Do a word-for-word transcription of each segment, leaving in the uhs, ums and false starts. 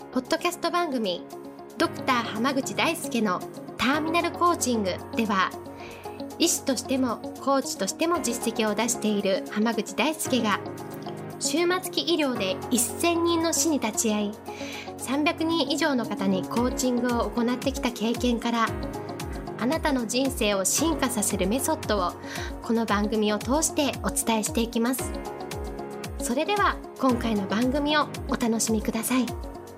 ポッドキャスト番組ドクター濱口大輔のターミナルコーチングでは、医師としてもコーチとしても実績を出している濱口大輔が終末期医療でせんにんの死に立ち会い、さんびゃくにん以上の方にコーチングを行ってきた経験から、あなたの人生を進化させるメソッドをこの番組を通してお伝えしていきます。それでは今回の番組をお楽しみください。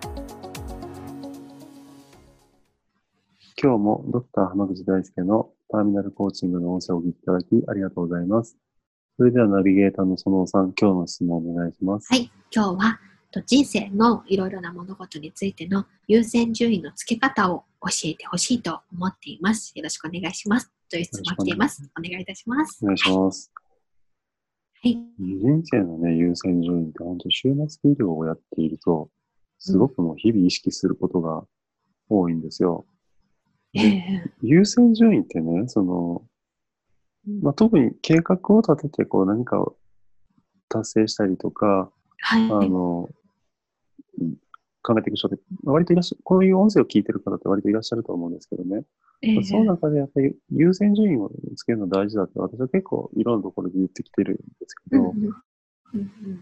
今日もドクター濱口大輔のターミナルコーチングの音声をお聞きいただきありがとうございます。それではナビゲーターの園尾さん、今日の質問をお願いします。 はい、今日は人生のいろいろな物事についての優先順位の付け方を教えてほしいと思っています。よろしくお願いします。という質問が来ています。お願いいたします。 お願いします。 はい。 人生のね、優先順位って本当終末期医療をやっていると、すごくもう日々意識することが多いんですよ。 えー、 優先順位ってね、その、まあ、特に計画を立ててこう何かを達成したりとか、 はい、 あの、考えていく人って、割といらっしゃる、こういう音声を聞いてる方って割といらっしゃると思うんですけどね。 えー、 その中でやっぱり優先順位をつけるの大事だって私は結構いろんなところで言ってきてるんですけど、 うんうんうん、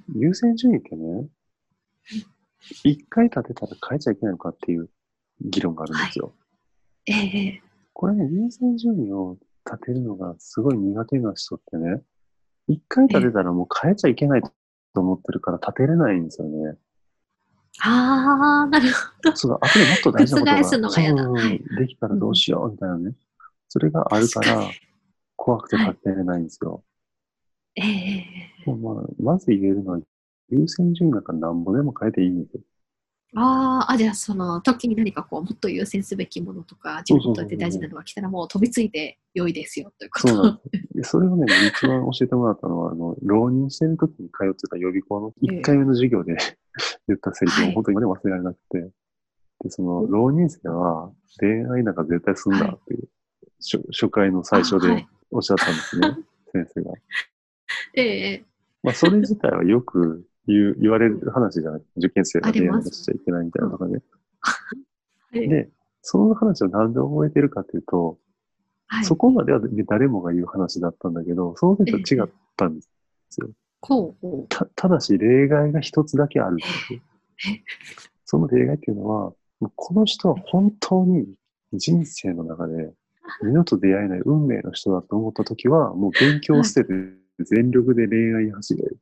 優先順位ってね、一回立てたら変えちゃいけないのかっていう議論があるんですよ。 はい、えー、 これね、優先順位を立てるのがすごい苦手な人ってね、一回立てたらもう変えちゃいけないと思ってるから立てれないんですよね。 あー、なるほど。 そうだ、後でもっと大事なことが、 覆すのが嫌だ。 そう、 はい、 できたらどうしようみたいなね。それがあるから、怖くて立てれないんですよ。 はい、えー、まあ、まず言えるのは、優先順位なんか何ぼでも変えていいんですよ。 ああ、じゃあその時に何かこうもっと優先すべきものとか自分にとって大事なのが来たらもう飛びついて良いですよということ。 そうなんです。それをね、一番教えてもらったのは、あの、浪人してる時に通ってた予備校のいっかいめの授業で、えー、言ったセリフを本当に今でも忘れられなくて、で、その、浪人生は恋愛なんか絶対すんだっていう、はい、初回の最初でおっしゃったんですね、はい、先生が。 ええー、 まあ、それ自体はよく言う、言われる話じゃない。受験生が恋愛しちゃいけないみたいなとかね。うん、で、その話をなんで覚えてるかというと、はい、そこまでは誰もが言う話だったんだけど、その時と違ったんですよ。 ほうほう。 た、ただし例外が一つだけあるっていう。その例外っていうのは、この人は本当に人生の中で二度と出会えない運命の人だと思ったときは、もう勉強を捨てて全力で恋愛に走れる。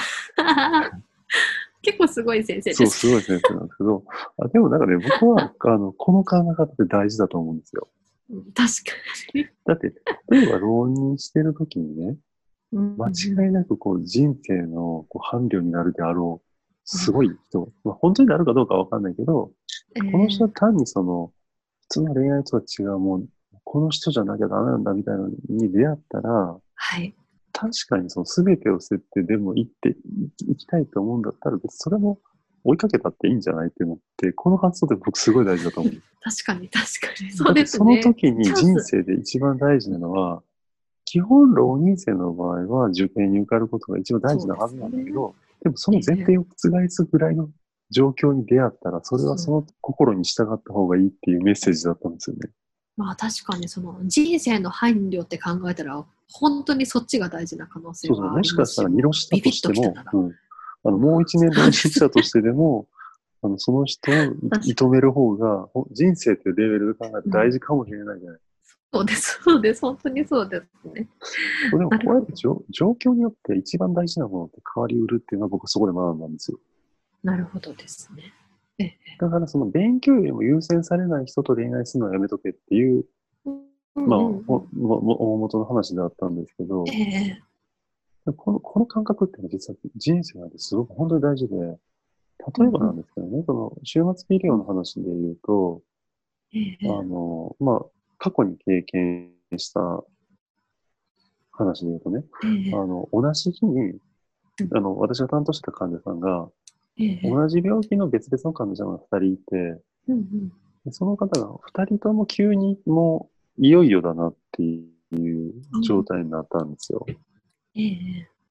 結構すごい先生です。 そう、すごい先生なんですけど、あでもなんかね、僕はあのこの考え方って大事だと思うんですよ。 確かに。 だって、例えば浪人してるときにね、間違いなくこう人生のこう伴侶になるであろう、すごい人、まあ、本当になるかどうかわかんないけど、えー、この人は単にその、普通の恋愛とは違う、もう、この人じゃなきゃダメなんだみたいなのに出会ったら、 はい、 確かにその全てを捨ててでも行って行きたいと思うんだったら、別にそれも追いかけたっていいんじゃないって思って、この発想って僕すごい大事だと思う。 確かに確かに。そうですね。その時に人生で一番大事なのは、基本浪人生の場合は受験に受かることが一番大事なはずなんだけど、でもその前提を覆すぐらいの状況に出会ったら、それはその心に従った方がいいっていうメッセージだったんですよね。 まあ確かにその人生の伴侶って考えたら、本当にそっちが大事な可能性がありますし。そうそう、 もしかしたら二浪したとしても、うん、あのもう一年浪人したとしてでも、あのその人を射止める方が、人生というレベルで考えて大事かもしれないじゃない。 うん、そうです、そうです。本当にそうですね。 でもこうやって状況によって一番大事なものって変わりうるっていうのは僕はそこで学んだんですよ。 なるほどですね。ええ、 だからその勉強よりも優先されない人と恋愛するのはやめとけっていう、まあ、大元の話だったんですけど、ええ、この、この感覚って実は人生なんてすごく本当に大事で、例えばなんですけどね、この終末期医療の話で言うと、ええ、あの、まあ、過去に経験した話で言うとね、ええ、あの、同じ日に、あの、私が担当してた患者さんが、ええ、同じ病気の別々の患者さんがふたりいて、うんうん、その方がふたりとも急にもういよいよだなっていう状態になったんですよ。ええ、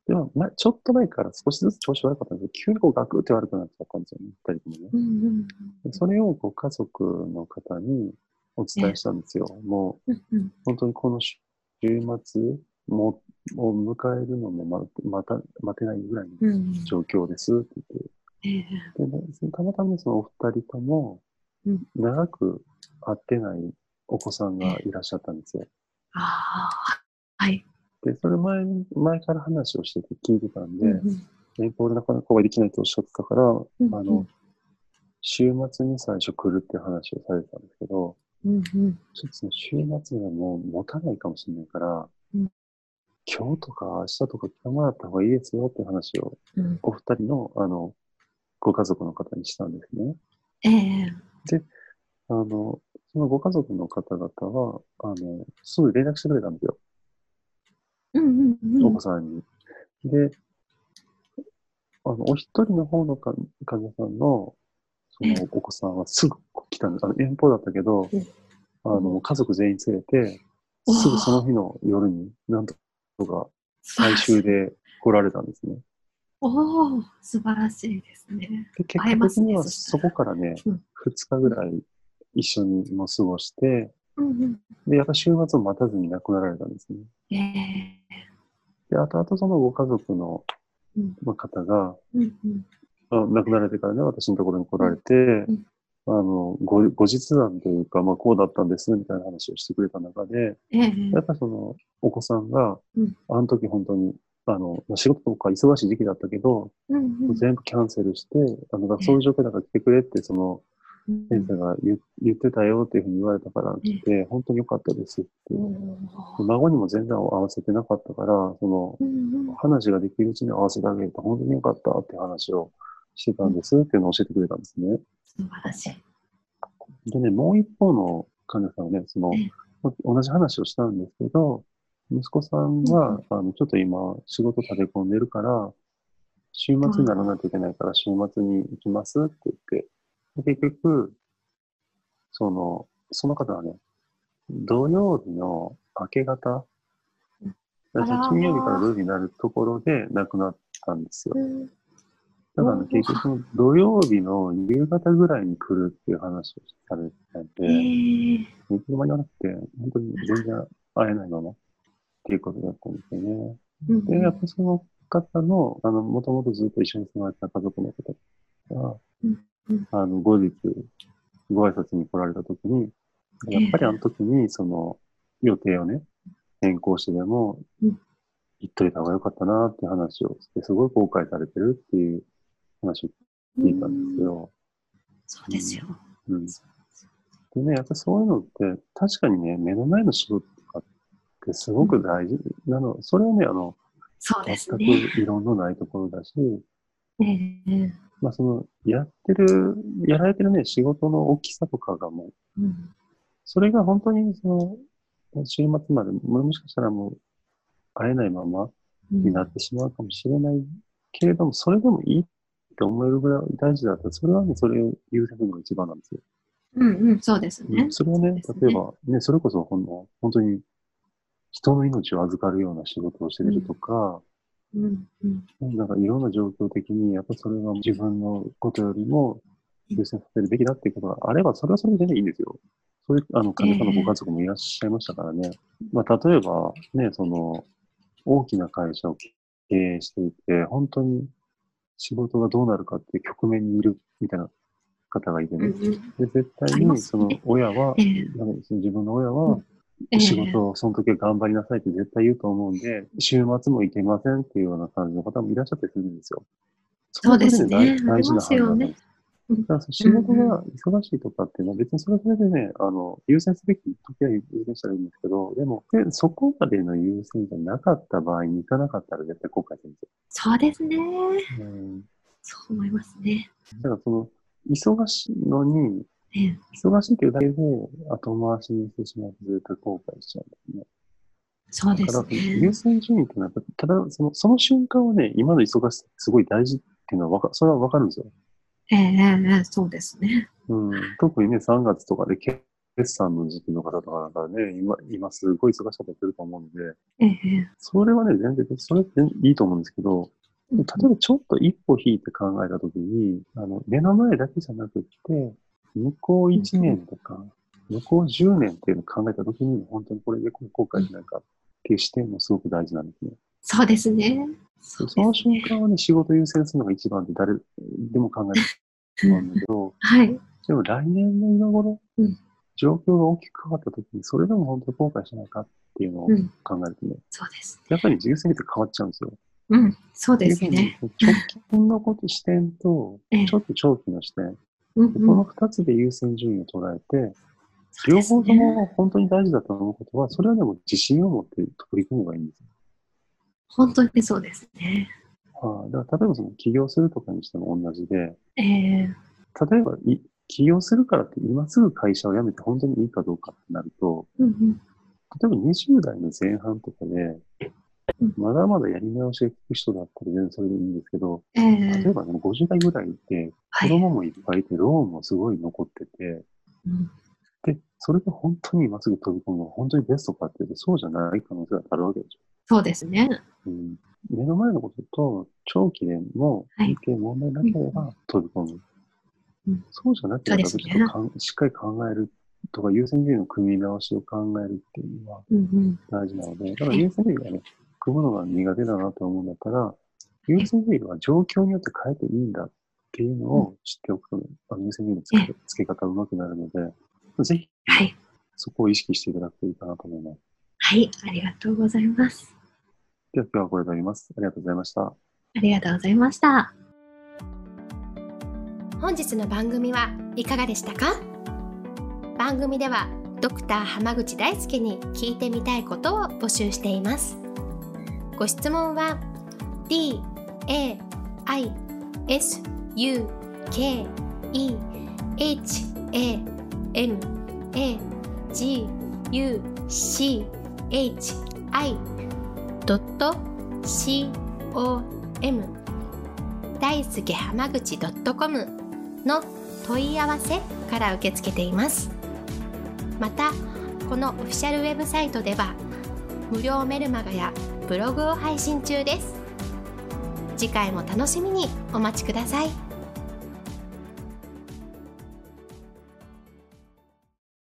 でも、ま、ちょっと前から少しずつ調子悪かったんですけど、急にこうガクって悪くなっちゃったんですよね、二人ともね。 うんうんでそれをご家族の方にお伝えしたんですよ。もう、 うんうん本当にこの週末もを迎えるのもままた待てないぐらいのうん状況ですって言って、 ええでねたまたまそのお二人ともうん長く会ってないお子さんがいらっしゃったんですよ。 ああ、はい。 で、それ前に、前から話をしてて聞いてたんで、 うんうん遠方でなかなかお会いできないとおっしゃってたから、 うんあの、週末に最初来るっていう話をされてたんですけど、 うんうんちょっとその週末がもう持たないかもしれないから、 うん今日とか明日とか来てもらった方がいいですよっていう話を、 うんお二人の、あの、ご家族の方にしたんですね。 ええで、あの、そのご家族の方々は、あの、すぐ連絡してくれたんですよ。 うんうんうんお子さんに。で、あの、お一人の方のか患者さんの、そのお子さんはすぐ来たんです。あの、遠方だったけど、 うんあの、もう家族全員連れて、 おーすぐその日の夜に、なんとか最素晴らしい。 終で来られたんですね。 おお、素晴らしいですね。 で、結会えますね、 果的にはそそしたら。 こからね、 うんふつかぐらい一緒にも過ごして、 うんうんで、やっぱ週末を待たずに亡くなられたんですね。 ええで、あとあとそのご家族のうんまあ方が、 うんうんあ亡くなられてからね、私のところに来られて、 うんあの、ご、後日談というか、まあ、こうだったんです、みたいな話をしてくれた中で、 ええやっぱりその、お子さんが、 うんあの時本当に、あの、まあ仕事とか忙しい時期だったけど、 うんうん全部キャンセルして、あの、だからええそういう状況だから来てくれって、その、 うん先生が言言ってたよっていうふうに言われたから来て、本当に良かったですって。 おでー孫にも全然合わせてなかったから、その、 うんうん話ができるうちに合わせてあげると本当に良かったっていう話をしてたんですっていうのを教えてくれたんですね。 素晴らしい。 でね、もう一方の患者さんはね、そのええ、 同じ話をしたんですけど、息子さんは、あの、ちょっと今、仕事立て込んでるから、週末にならないといけないから、週末に行きますって言って、で結局、その、その方はね、土曜日の明け方、 あらー金曜日から土曜日になるところで亡くなったんですよ。 うんだから、ね、結局、土曜日の夕方ぐらいに来るっていう話をされてて、 ええいつの間にはなくて、本当に全然会えないままっていうことだったんですよね。 うんで、やっぱりその方の、あの、もともとずっと一緒に住まれてた家族の方が、 うんうんあの、後日、ご挨拶に来られたときに、やっぱりあの時に、その、予定をね、変更してでもうん、 行っといた方が良かったなっていう話をして、すごい後悔されてるっていう話を聞いたんですよ。 そうですよ。 うん。でね、やっぱりそういうのって、確かにね、目の前の仕事とかってすごく大事なの。それはね、あの、 そうです全ね。 く異論のないところだし、 ええまあその、やってる、やられてるね、仕事の大きさとかがもう、 うんそれが本当にその、週末まで、ももしかしたらもう会えないままになってしまうかもしれないけれども、それでもいいって思えるぐらい大事だったら、それはね、それを優先するのが一番なんですよ。 うんうん、そうですね。 うん、それはね、例えば、ね、それこそほんの本当に人の命を預かるような仕事をしているとか、 うんうんなんかいろんな状況的に、やっぱそれは自分のことよりも優先させるべきだっていうことがあれば、それはそれで全然いいんですよ。そういうあの患者さんのご家族もいらっしゃいましたからね。まあ、例えば、ね、その、大きな会社を経営していて、本当に仕事がどうなるかっていう局面にいるみたいな方がいてね。 うんうんで、絶対にその親は、 ええなんかその自分の親は、 ええ仕事をその時は頑張りなさいって絶対言うと思うんで、週末も行けませんっていうような感じの方もいらっしゃったりするんですよ。 そうですね。 大大事な判断なんです。 うんだからその仕事が忙しいとかっていうのは別にそれはそれでね、あの、優先すべき時は優先したらいいんですけど、でも、でそこまでの優先じゃなかった場合に行かなかったら絶対後悔するんですよ。 そうですね。 うん、 そう思いますね。 だからその、忙しいのに、 ええ忙しいというだけで後回しにしてしまうと絶対後悔しちゃうんですね。 そうですだから、 ね。 優先順位っていうのは、ただその、その瞬間はね、今の忙しさすごい大事っていうのはわか、それはわかるんですよ。 ええええそうですね。 うん、特にね、さんがつとかで結決算の時期の方とかなんかね、今、今すごい忙しかったりすると思うので、 ええ、 それはね、全然、それっていいと思うんですけど、例えばちょっと一歩引いて考えたときに、あの、目の前だけじゃなくって、向こういちねんとか、向こうじゅうねんっていうのを考えたときに、本当にこれで後悔しないかっていう視点もすごく大事なんですね。 そうですね。 そ, その瞬間はね、仕事優先するのが一番って誰でも考えると思うんだけど、 はい。 でも来年の今頃、うん、状況が大きく変わったときに、それでも本当に後悔しないかっていうのを考えるとね、うん、 そうです、ね。 やっぱり優先って変わっちゃうんですよ。 うん、そうですね。 直近のこと視点と、ちょっと長期の視点、 うんうん、 この二つで優先順位を捉えて、両方とも本当に大事だと思うことは、それはでも自信を持って取り組めばいいんですよ。 本当にそうですね。 はあ、だから例えばその起業するとかにしても同じで、 えー、 例えばい起業するからって今すぐ会社を辞めて本当にいいかどうかってなると、 うんうん、 例えばにじゅう代の前半とかで、まだまだやり直しが効く人だったら全然それでいいんですけど、 えー、 例えばね、ごじゅう代ぐらいで子供もいっぱいいて、はい、ローンもすごい残ってて、うん、で、それで本当に今すぐ飛び込むのが本当にベストかっていうと、そうじゃない可能性があるわけでしょ。 そうですね。 うん、目の前のことと長期でも関係問題なければ飛び込む。うん、そうじゃなければちょっとかん、ね、しっかり考えるとか、優先順位の組み直しを考えるっていうのは大事なので、うんうん、だから優先順位がね、組むのが苦手だなと思うんだったら、優先順位は状況によって変えていいんだっていうのを知っておくと、ね、あの優先順位の付け、付け方が上手くなるので、ぜひ、はい、そこを意識していただくといいかなと思います。 はい、ありがとうございます。 では今日はこれで終わります。ありがとうございました。ありがとうございました。 本日の番組はいかがでしたか？番組ではドクター濱口大輔に聞いてみたいことを募集しています。ご質問は ディー エー アイ エス ユー ケー イー エイチ エー エム エー ジー ユー シー エイチ アイ ドット シー オー エム 大輔濱口 .com の問い合わせから受け付けています。また、このオフィシャルウェブサイトでは無料メルマガやブログを配信中です。次回も楽しみにお待ちください。